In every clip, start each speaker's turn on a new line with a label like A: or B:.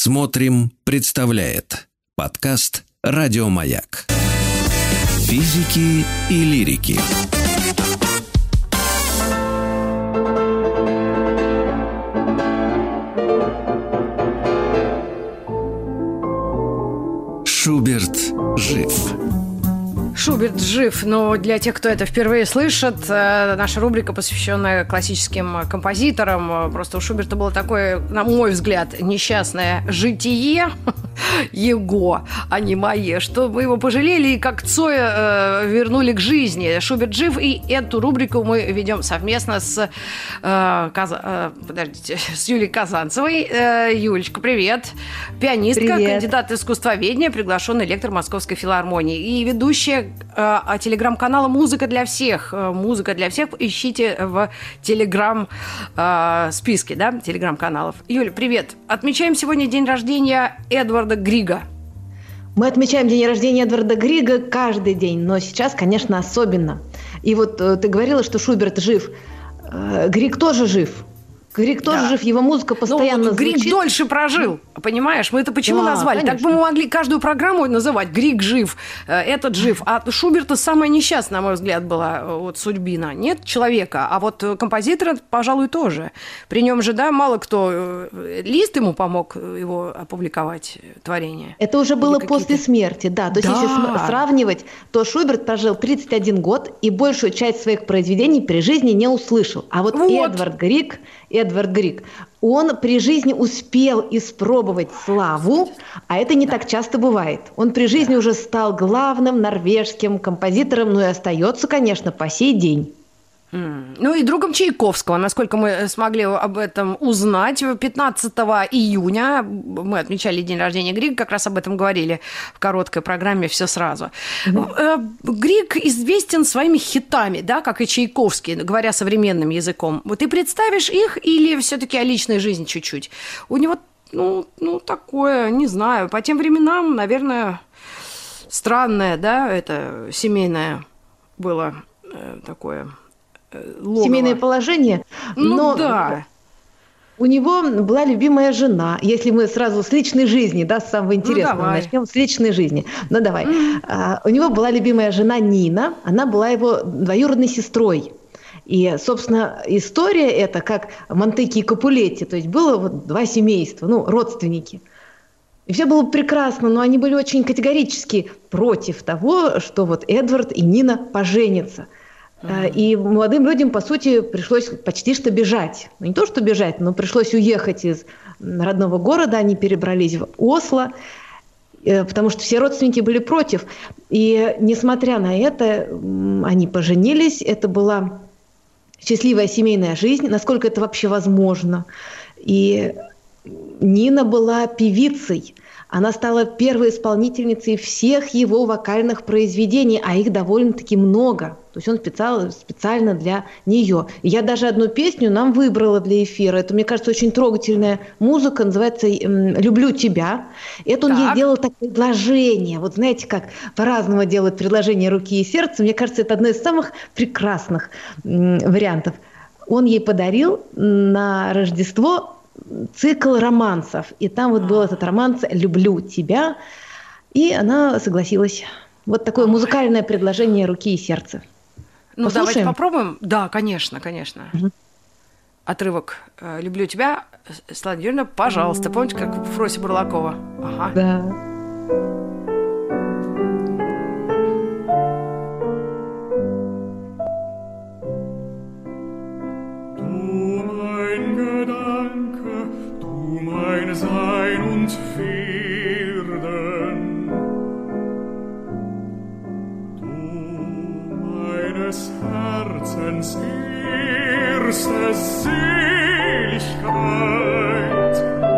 A: Смотрим, представляет подкаст «Радиомаяк». Физики и лирики. Шуберт жив.
B: Шуберт жив, но для тех, кто это впервые слышит, наша рубрика, посвященная классическим композиторам. Просто у Шуберта было такое, на мой взгляд, несчастное житие его, а не мое, что мы его пожалели и как Цоя вернули к жизни. Шуберт жив, и эту рубрику мы ведем совместно с Юлией Казанцевой. Юлечка, привет. Пианистка,
C: привет.
B: Кандидат искусствоведения, приглашенный лектор Московской филармонии и ведущая телеграм-канала «Музыка для всех». «Музыка для всех» ищите в телеграм-списке, да, телеграм-каналов. Юля, привет. Отмечаем сегодня день рождения Эдварда Грига.
C: Мы отмечаем день рождения Эдварда Грига каждый день, но сейчас, конечно, особенно. И вот ты говорила, что Шуберт жив. Григ тоже жив. Григ тоже жив, его музыка постоянно звучит.
B: Григ дольше прожил, понимаешь? Мы это почему назвали? Конечно. Так бы мы могли каждую программу называть «Григ жив», «Этот жив». А Шуберта самая несчастная, на мой взгляд, была вот судьбина. Нет человека, а вот композитора, пожалуй, тоже. При нем же, да, мало кто... Лист ему помог его опубликовать, творение.
C: Это уже было после смерти, да. То есть если сравнивать, то Шуберт прожил 31 год и большую часть своих произведений при жизни не услышал. А вот Эдвард Григ, он при жизни успел испробовать славу, а это не так часто бывает. Он при жизни уже стал главным норвежским композитором, но и остается, конечно, по сей день.
B: Ну и другом Чайковского, насколько мы смогли об этом узнать. 15 июня мы отмечали день рождения Грига, как раз об этом говорили в короткой программе «Все сразу». Григ известен своими хитами, да, как и Чайковский, говоря современным языком. Ты представишь их или все-таки о личной жизни чуть-чуть? У него, ну, такое, не знаю, по тем временам, наверное, странное, да, это семейное было такое... логово.
C: Семейное положение. Но
B: да.
C: У него была любимая жена. Если мы сразу с личной жизни, да, с самого интересного начнем, с личной жизни. Ну, давай. У него была любимая жена Нина. Она была его двоюродной сестрой. И, собственно, история эта, как Монтеки и Капулетти. То есть было вот два семейства, родственники. И все было прекрасно, но они были очень категорически против того, что вот Эдвард и Нина поженятся. И молодым людям, по сути, пришлось почти что бежать. Ну, не то, что бежать, но пришлось уехать из родного города. Они перебрались в Осло, потому что все родственники были против. И, несмотря на это, они поженились. Это была счастливая семейная жизнь, насколько это вообще возможно. И Нина была певицей. Она стала первой исполнительницей всех его вокальных произведений, а их довольно-таки много. То есть он специально для нее. И я даже одну песню нам выбрала для эфира. Это, мне кажется, очень трогательная музыка, называется «Люблю тебя». Это он ей делал так предложение. Вот знаете, как по-разному делают предложение руки и сердца. Мне кажется, это одно из самых прекрасных вариантов. Он ей подарил на Рождество цикл романсов. И там вот был этот романс «Люблю тебя». И она согласилась. Вот такое музыкальное предложение руки и сердца.
B: Ну, давайте попробуем. Да, конечно. Отрывок «Люблю тебя», Светлана Юрьевна, пожалуйста. Помните, как Фрося Бурлакова? Ага.
C: Да.
D: Sein und Werden, du meines Herzens erste Seligkeit.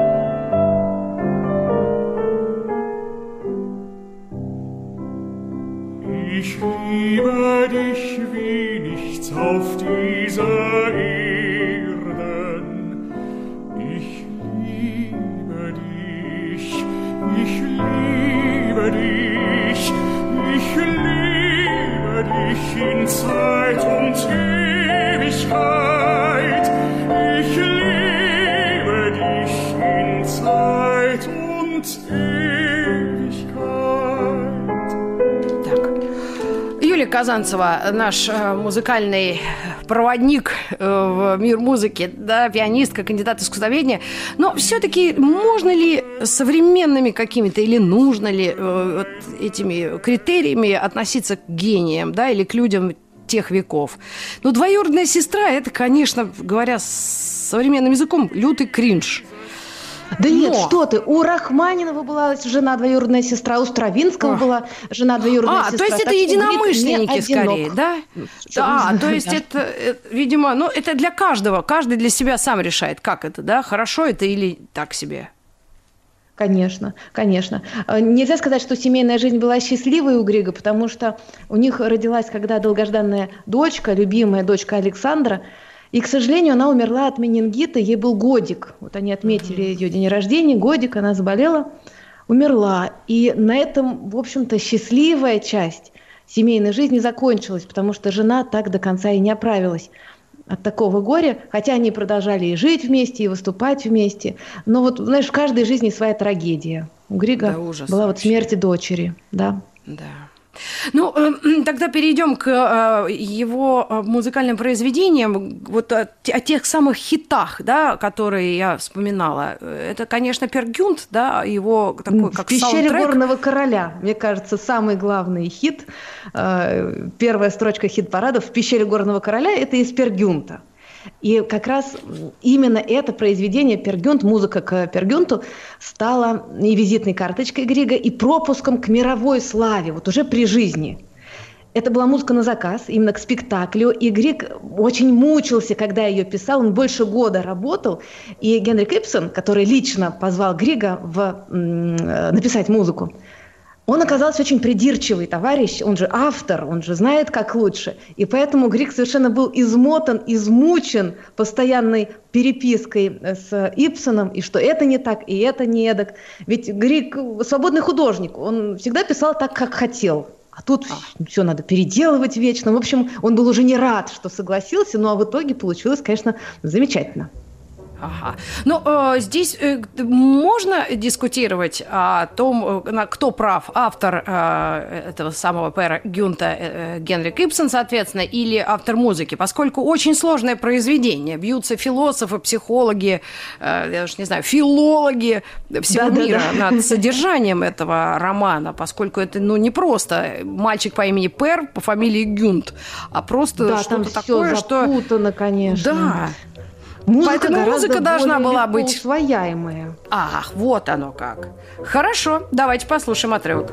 D: Ich liebe dich wie nichts auf dieser Erden. Ich liebe dich, ich liebe dich, ich liebe dich in Zeit und Ewigkeit. Ich liebe dich in Zeit und ins Ewigkeit.
B: Так. Юлия Казанцева, наш музыкальный проводник в мир музыки, да, пианистка, кандидат искусствоведения. Но все-таки можно ли современными какими-то или нужно ли этими критериями относиться к гениям, да, или к людям тех веков? Ну, двоюродная сестра – это, конечно, говоря современным языком, лютый кринж.
C: Да нет, что ты, у Рахманинова была жена двоюродная сестра, у Стравинского была жена двоюродная сестра.
B: То есть это единомышленники скорее, да? Да, то есть это, видимо, ну, это для каждого, каждый для себя сам решает, как это, да, хорошо это или так себе.
C: Конечно, конечно. Нельзя сказать, что семейная жизнь была счастливой у Грига, потому что у них родилась когда долгожданная дочка, любимая дочка Александра. И, к сожалению, она умерла от менингита, ей был годик. Вот они отметили ее день рождения, годик, она заболела, умерла. И на этом, в общем-то, счастливая часть семейной жизни закончилась, потому что жена так до конца и не оправилась от такого горя, хотя они продолжали и жить вместе, и выступать вместе. Но вот, знаешь, в каждой жизни своя трагедия. У Грига была вот смерть дочери, да.
B: Да. Ну, тогда перейдем к его музыкальным произведениям, вот о тех самых хитах, да, которые я вспоминала. Это, конечно, Пер Гюнд, да, его такой как
C: саундтрек. «В пещере горного короля», мне кажется, самый главный хит. Первая строчка хит-парада «В пещере горного короля» – это из Пер Гюнда. И как раз именно это произведение Пер Гюнд, музыка к Пер Гюнду, стала и визитной карточкой Грига, и пропуском к мировой славе, вот уже при жизни. Это была музыка на заказ, именно к спектаклю, и Григ очень мучился, когда ее писал, он больше года работал, и Генрик Ибсен, который лично позвал Грига написать музыку, он оказался очень придирчивый товарищ, он же автор, он же знает, как лучше. И поэтому Григ совершенно был измотан, измучен постоянной перепиской с Ибсеном, и что это не так, и это не эдак. Ведь Григ свободный художник, он всегда писал так, как хотел. А тут все надо переделывать вечно. В общем, он был уже не рад, что согласился, ну а в итоге получилось, конечно, замечательно.
B: Ага. Ну, здесь можно дискутировать о том, кто прав, автор этого самого Пера Гюнда, Генрик Ибсен, соответственно, или автор музыки, поскольку очень сложное произведение. Бьются философы, психологи, я уж не знаю, филологи всего мира над содержанием этого романа, поскольку это, ну, не просто мальчик по имени Пер, по фамилии Гюнд, а просто что-то такое, что...
C: Да, там всё запутано, конечно.
B: Да.
C: Поэтому
B: музыка должна была быть
C: усвояемая.
B: Ах, вот оно как. Хорошо, давайте послушаем отрывок.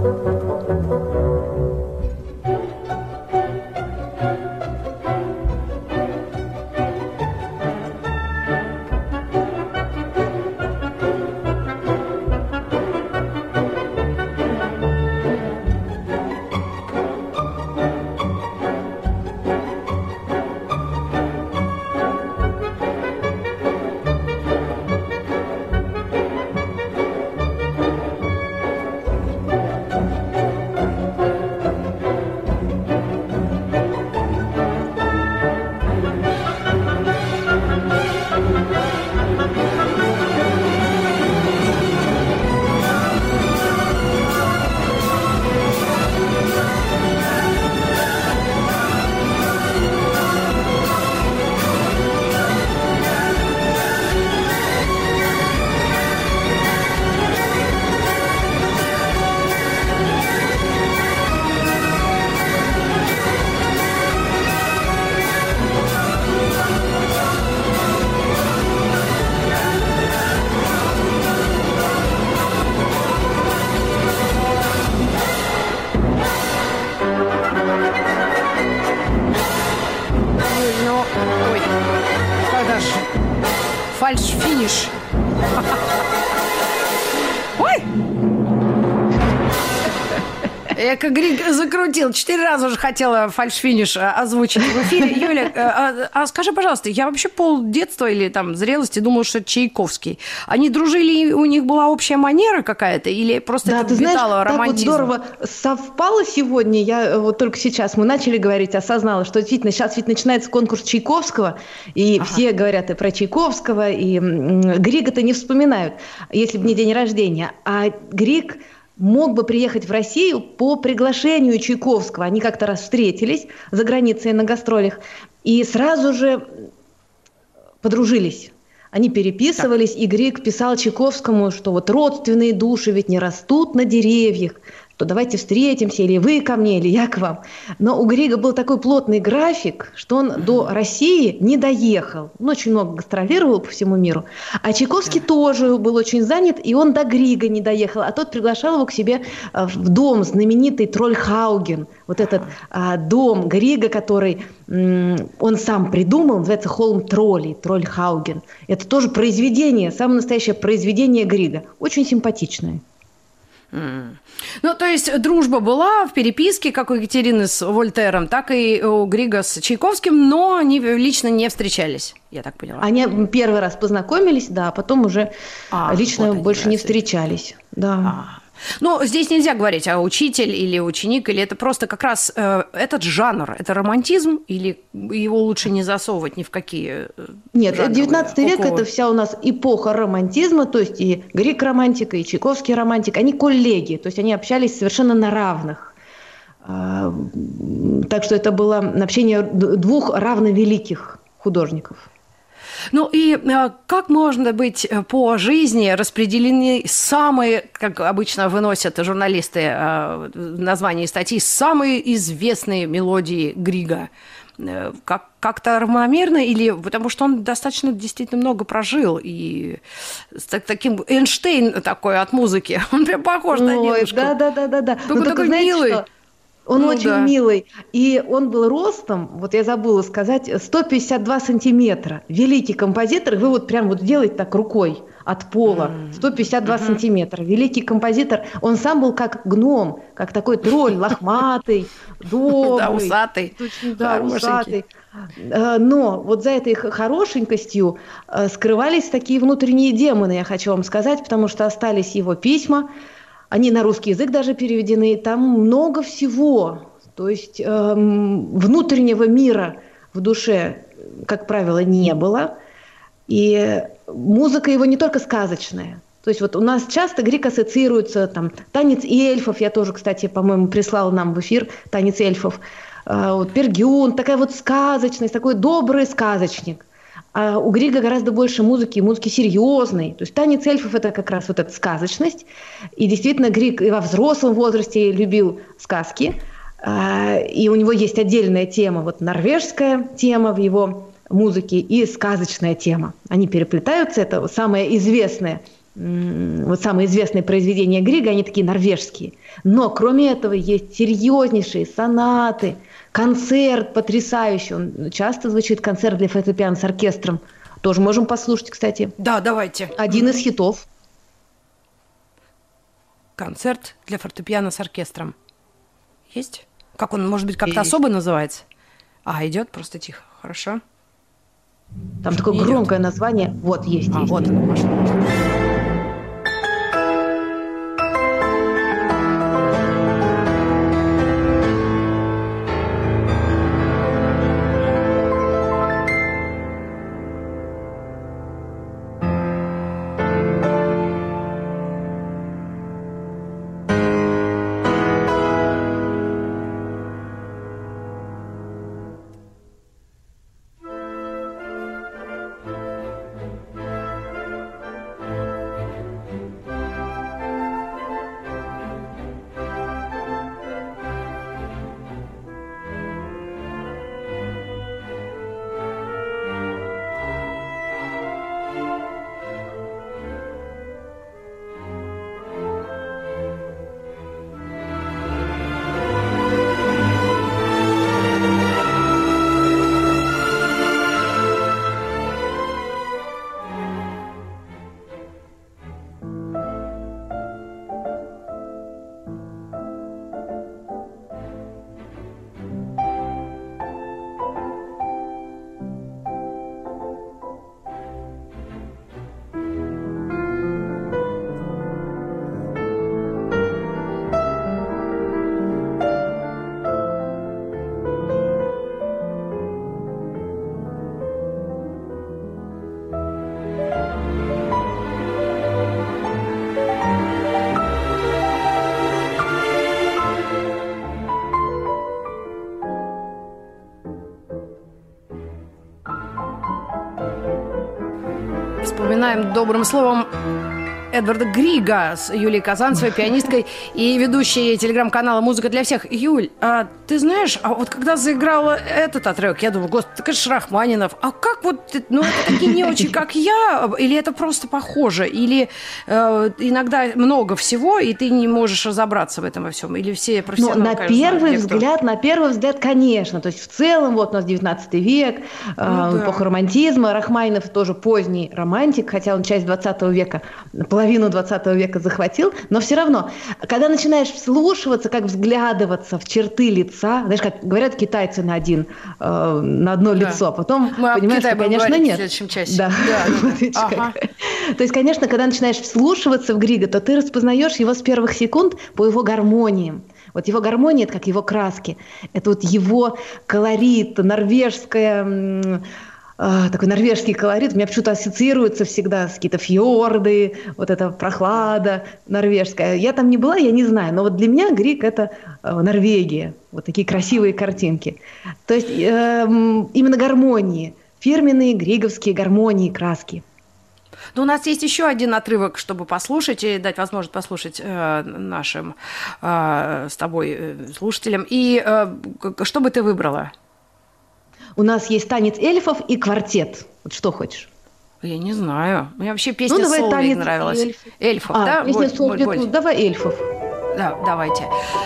B: Фальш-финиш. Я как Григ закрутил. 4 раза уже хотела фальш-финиш озвучить в эфире. Юля, а скажи, пожалуйста, я вообще полдетства или там зрелости думала, что это Чайковский. Они дружили, у них была общая манера какая-то или просто это вбитало романтизм?
C: Так вот здорово совпало сегодня. Я вот только сейчас мы начали говорить, осознала, что действительно сейчас ведь начинается конкурс Чайковского, и все говорят и про Чайковского, и Грига-то не вспоминают, если бы не день рождения. А Григ мог бы приехать в Россию по приглашению Чайковского. Они как-то раз встретились за границей на гастролях и сразу же подружились. Они переписывались, и Григ писал Чайковскому, что вот родственные души ведь не растут на деревьях, что давайте встретимся, или вы ко мне, или я к вам. Но у Грига был такой плотный график, что он до России не доехал. Он очень много гастролировал по всему миру. А Чайковский тоже был очень занят, и он до Грига не доехал. А тот приглашал его к себе в дом, знаменитый Трольхауген. Вот этот дом Грига, который он сам придумал, называется «Холм троллей», Трольхауген. Это тоже произведение, самое настоящее произведение Грига. Очень симпатичное.
B: Ну, то есть дружба была в переписке, как у Екатерины с Вольтером, так и у Грига с Чайковским, но они лично не встречались, я так поняла.
C: Они первый раз познакомились, да, а потом уже лично вот больше не встречались. Да.
B: Ну, здесь нельзя говорить, учитель или ученик, или это просто как раз этот жанр, это романтизм, или его лучше не засовывать ни в какие
C: Нет, 19 век – это вся у нас эпоха романтизма, то есть и Григ романтик, и Чайковский романтик, они коллеги, то есть они общались совершенно на равных. Так что это было общение двух равновеликих художников.
B: Ну и как можно быть по жизни распределены самые, как обычно выносят журналисты названия статьи, самые известные мелодии Грига? Как-то равномерно или потому что он достаточно действительно много прожил и с таким Эйнштейн такой от музыки, он прям похож на дедушку.
C: Да.
B: Только милый.
C: Что? Он очень милый. И он был ростом, вот я забыла сказать, 152 сантиметра. Великий композитор, вы вот прям вот делаете так рукой от пола. 152 сантиметра. Великий композитор. Он сам был как гном, как такой тролль, лохматый, добрый.
B: Да, усатый.
C: Да, усатый. Но вот за этой хорошенькостью скрывались такие внутренние демоны, я хочу вам сказать, потому что остались его письма. Они на русский язык даже переведены. Там много всего. То есть внутреннего мира в душе, как правило, не было. И музыка его не только сказочная. То есть вот у нас часто Григ ассоциируется, там, танец эльфов. Я тоже, кстати, по-моему, прислала нам в эфир танец эльфов. Вот, Пергюн, такая вот сказочность, такой добрый сказочник. А у Грига гораздо больше музыки, и музыки серьезной. То есть танец эльфов – это как раз вот эта сказочность. И действительно Григ и во взрослом возрасте любил сказки. И у него есть отдельная тема, вот норвежская тема в его музыке и сказочная тема. Они переплетаются, это самое известное. Вот самые известные произведения Грига, они такие норвежские. Но кроме этого есть серьезнейшие сонаты, концерт потрясающий. Он часто звучит, концерт для фортепиано с оркестром. Тоже можем послушать, кстати.
B: Да, давайте.
C: Один из хитов.
B: Концерт для фортепиано с оркестром. Есть? Как он, может быть, как-то особо называется? Идет просто тихо. Хорошо.
C: Там такое громкое название. Вот, есть.
B: Вот оно, пошло. напоминаем добрым словом Эдварда Грига с Юлией Казанцевой, пианисткой и ведущей телеграм-канала «Музыка для всех». Юль, а ты знаешь, а вот когда заиграла этот отрывок, я думаю, господи, это же Рахманинов, а как вот, ну, это такие не очень, как я, или это просто похоже, или иногда много всего, и ты не можешь разобраться в этом во всем, или все профессионалы,
C: на первый взгляд, конечно, то есть в целом, вот у нас 19 век, эпоха романтизма, Рахманинов тоже поздний романтик, хотя он часть 20 века, половину 20 века захватил, но все равно, когда начинаешь вслушиваться, как взглядываться в черты лица, знаешь, как говорят китайцы на одно лицо, а потом понимаешь, что, конечно, нет. В следующем часе. Да. Ага. То есть, конечно, когда начинаешь вслушиваться в Грига, то ты распознаешь его с первых секунд по его гармониям. Вот его гармония – это как его краски, это вот его колорит, такой норвежский колорит. У меня почему-то ассоциируется всегда с какие-то фьорды, вот эта прохлада норвежская. Я там не была, я не знаю, но вот для меня Григ – это Норвегия. Вот такие красивые картинки. То есть именно гармонии, фирменные григовские гармонии, краски.
B: Но у нас есть еще один отрывок, чтобы послушать и дать возможность послушать нашим с тобой слушателям. И что бы ты выбрала?
C: У нас есть танец эльфов и квартет. Вот что хочешь?
B: Я не знаю. Мне вообще песня Солвейг нравилась. Эльфов, да?
C: Песня Солвейг. Давай эльфов.
B: Да, давайте.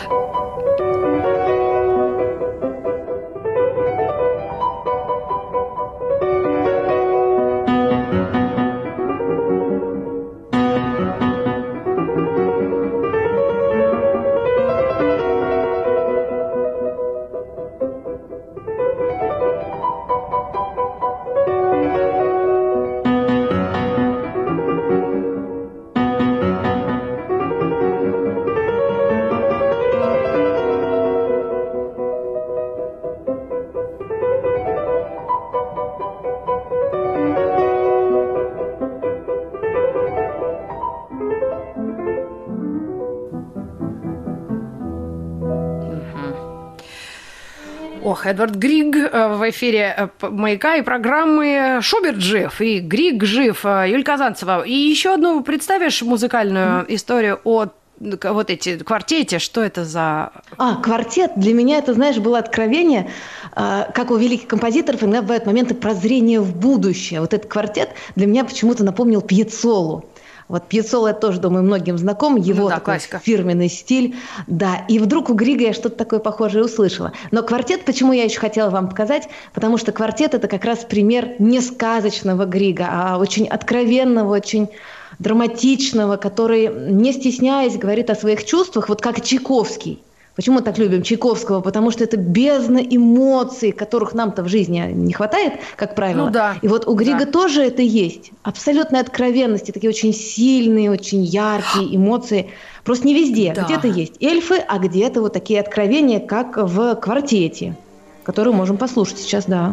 B: Эдвард Григ в эфире «Маяка» и программы «Шуберт жив» и «Григ жив». Юлия Казанцева. И еще одну представишь музыкальную историю о вот эти квартете? Что это за...
C: Квартет. Для меня это, знаешь, было откровение, как у великих композиторов иногда бывают моменты прозрения в будущее. Вот этот квартет для меня почему-то напомнил Пьяццолу. Вот Пьяццола, я тоже, думаю, многим знаком, его такой фирменный стиль. Да, и вдруг у Грига я что-то такое похожее услышала. Но квартет, почему я еще хотела вам показать? Потому что квартет – это как раз пример не сказочного Грига, а очень откровенного, очень драматичного, который, не стесняясь, говорит о своих чувствах, вот как Чайковский. Почему мы так любим Чайковского? Потому что это бездна эмоций, которых нам-то в жизни не хватает, как правило.
B: Ну, да.
C: И вот у Грига тоже это есть. Абсолютная откровенность, такие очень сильные, очень яркие эмоции. Просто не везде. Да. Где-то есть эльфы, а где-то вот такие откровения, как в квартете, которую можем послушать сейчас, да.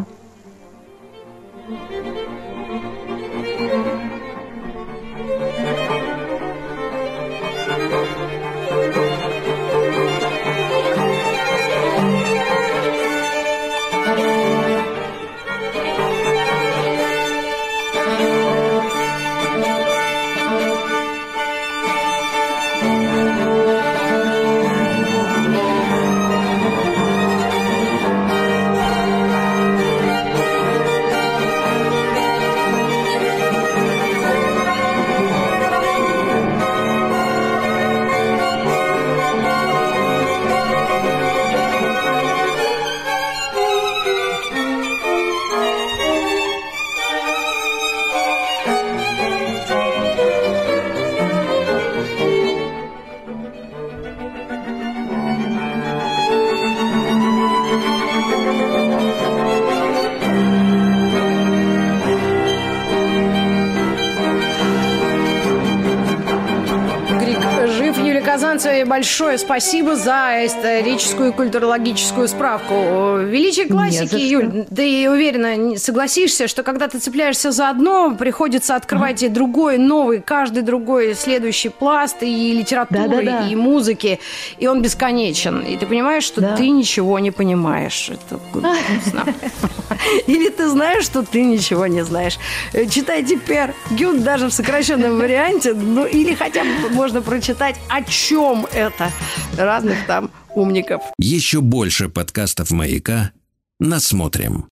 B: Казанцевой большое спасибо за историческую и культурологическую справку. Величие классики, Юль, ты уверена согласишься, что когда ты цепляешься за одно, приходится открывать и другой, новый, каждый другой следующий пласт и литературы, и музыки, и он бесконечен. И ты понимаешь, что ты ничего не понимаешь. Это грустно. Или ты знаешь, что ты ничего не знаешь. Читай теперь Гюд даже в сокращенном варианте, ну или хотя бы можно прочитать, о чем это, разных там умников.
A: Еще больше подкастов «Маяка» насмотрим.